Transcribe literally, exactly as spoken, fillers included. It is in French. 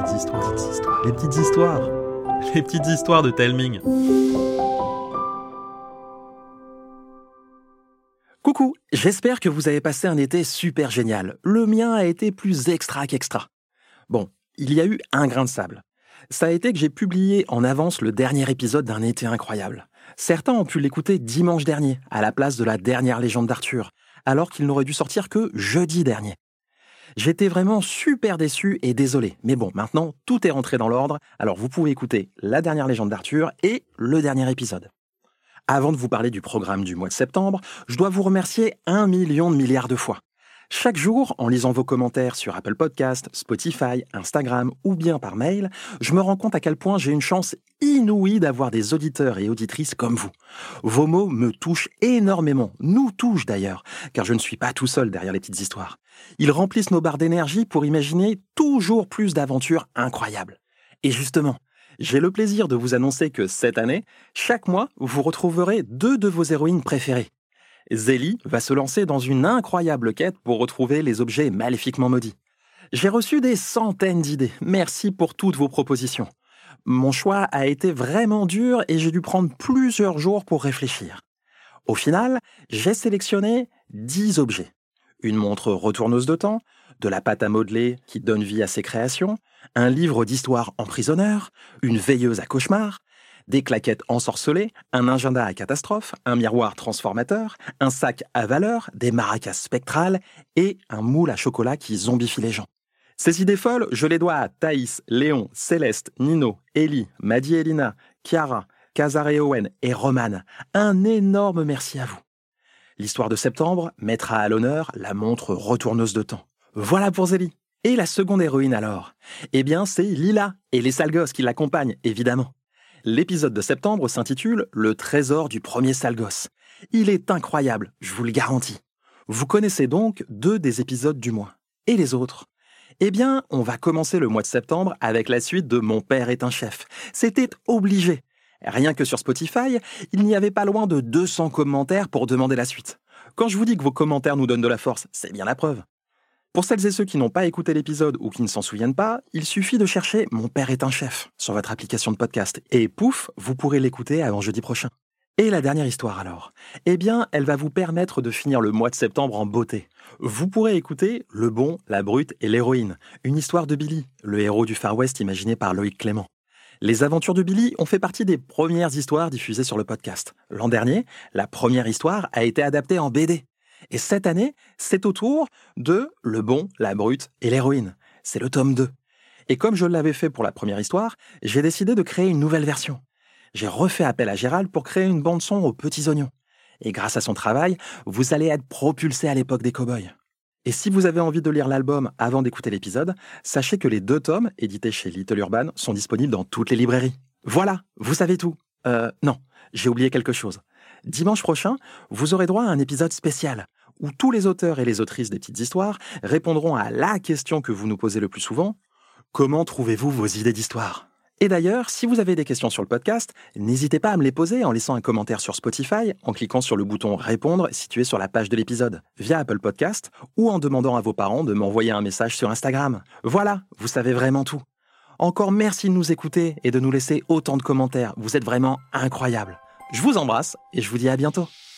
petites histoires, petites histoires, les petites histoires, les petites histoires de Telming. Coucou, j'espère que vous avez passé un été super génial. Le mien a été plus extra qu'extra. Bon, il y a eu un grain de sable. Ça a été que j'ai publié en avance le dernier épisode d'un été incroyable. Certains ont pu l'écouter dimanche dernier, à la place de la dernière légende d'Arthur, alors qu'il n'aurait dû sortir que jeudi dernier. J'étais vraiment super déçu et désolé. Mais bon, maintenant, tout est rentré dans l'ordre, alors vous pouvez écouter la dernière légende d'Arthur et le dernier épisode. Avant de vous parler du programme du mois de septembre, je dois vous remercier un million de milliards de fois. Chaque jour, en lisant vos commentaires sur Apple Podcasts, Spotify, Instagram ou bien par mail, je me rends compte à quel point j'ai une chance inouïe d'avoir des auditeurs et auditrices comme vous. Vos mots me touchent énormément, nous touchent d'ailleurs, car je ne suis pas tout seul derrière les petites histoires. Ils remplissent nos barres d'énergie pour imaginer toujours plus d'aventures incroyables. Et justement, j'ai le plaisir de vous annoncer que cette année, chaque mois, vous retrouverez deux de vos héroïnes préférées. Zélie va se lancer dans une incroyable quête pour retrouver les objets maléfiquement maudits. J'ai reçu des centaines d'idées. Merci pour toutes vos propositions. Mon choix a été vraiment dur et j'ai dû prendre plusieurs jours pour réfléchir. Au final, j'ai sélectionné dix objets. Une montre retourneuse de temps, de la pâte à modeler qui donne vie à ses créations, un livre d'histoire emprisonneur, une veilleuse à cauchemars, des claquettes ensorcelées, un agenda à catastrophe, un miroir transformateur, un sac à valeur, des maracas spectrales et un moule à chocolat qui zombifie les gens. Ces idées folles, je les dois à Thaïs, Léon, Céleste, Nino, Ellie, Maddy et Lina, Chiara, Kazar et Owen et Roman. Un énorme merci à vous. L'histoire de septembre mettra à l'honneur la montre retourneuse de temps. Voilà pour Zélie. Et la seconde héroïne alors ? Eh bien, c'est Lila et les sales gosses qui l'accompagnent, évidemment. L'épisode de septembre s'intitule « Le trésor du premier sale gosse ». Il est incroyable, je vous le garantis. Vous connaissez donc deux des épisodes du mois. Et les autres ? Eh bien, on va commencer le mois de septembre avec la suite de « Mon père est un chef ». C'était obligé. Rien que sur Spotify, il n'y avait pas loin de deux cents commentaires pour demander la suite. Quand je vous dis que vos commentaires nous donnent de la force, c'est bien la preuve. Pour celles et ceux qui n'ont pas écouté l'épisode ou qui ne s'en souviennent pas, il suffit de chercher « Mon père est un chef » sur votre application de podcast. Et pouf, vous pourrez l'écouter avant jeudi prochain. Et la dernière histoire alors ? Eh bien, elle va vous permettre de finir le mois de septembre en beauté. Vous pourrez écouter Le bon, la brute et l'héroïne, une histoire de Billy, le héros du Far West imaginé par Loïc Clément. Les aventures de Billy ont fait partie des premières histoires diffusées sur le podcast. L'an dernier, la première histoire a été adaptée en B D. Et cette année, c'est au tour de Le bon, la brute et l'héroïne. C'est le tome deux. Et comme je l'avais fait pour la première histoire, j'ai décidé de créer une nouvelle version. J'ai refait appel à Gérald pour créer une bande-son aux petits oignons. Et grâce à son travail, vous allez être propulsé à l'époque des cow-boys. Et si vous avez envie de lire l'album avant d'écouter l'épisode, sachez que les deux tomes, édités chez Little Urban, sont disponibles dans toutes les librairies. Voilà, vous savez tout. Euh, non, j'ai oublié quelque chose. Dimanche prochain, vous aurez droit à un épisode spécial où tous les auteurs et les autrices des petites histoires répondront à la question que vous nous posez le plus souvent. Comment trouvez-vous vos idées d'histoire ? Et d'ailleurs, si vous avez des questions sur le podcast, n'hésitez pas à me les poser en laissant un commentaire sur Spotify, en cliquant sur le bouton « Répondre » situé sur la page de l'épisode, via Apple Podcast, ou en demandant à vos parents de m'envoyer un message sur Instagram. Voilà, vous savez vraiment tout. Encore merci de nous écouter et de nous laisser autant de commentaires. Vous êtes vraiment incroyables. Je vous embrasse et je vous dis à bientôt.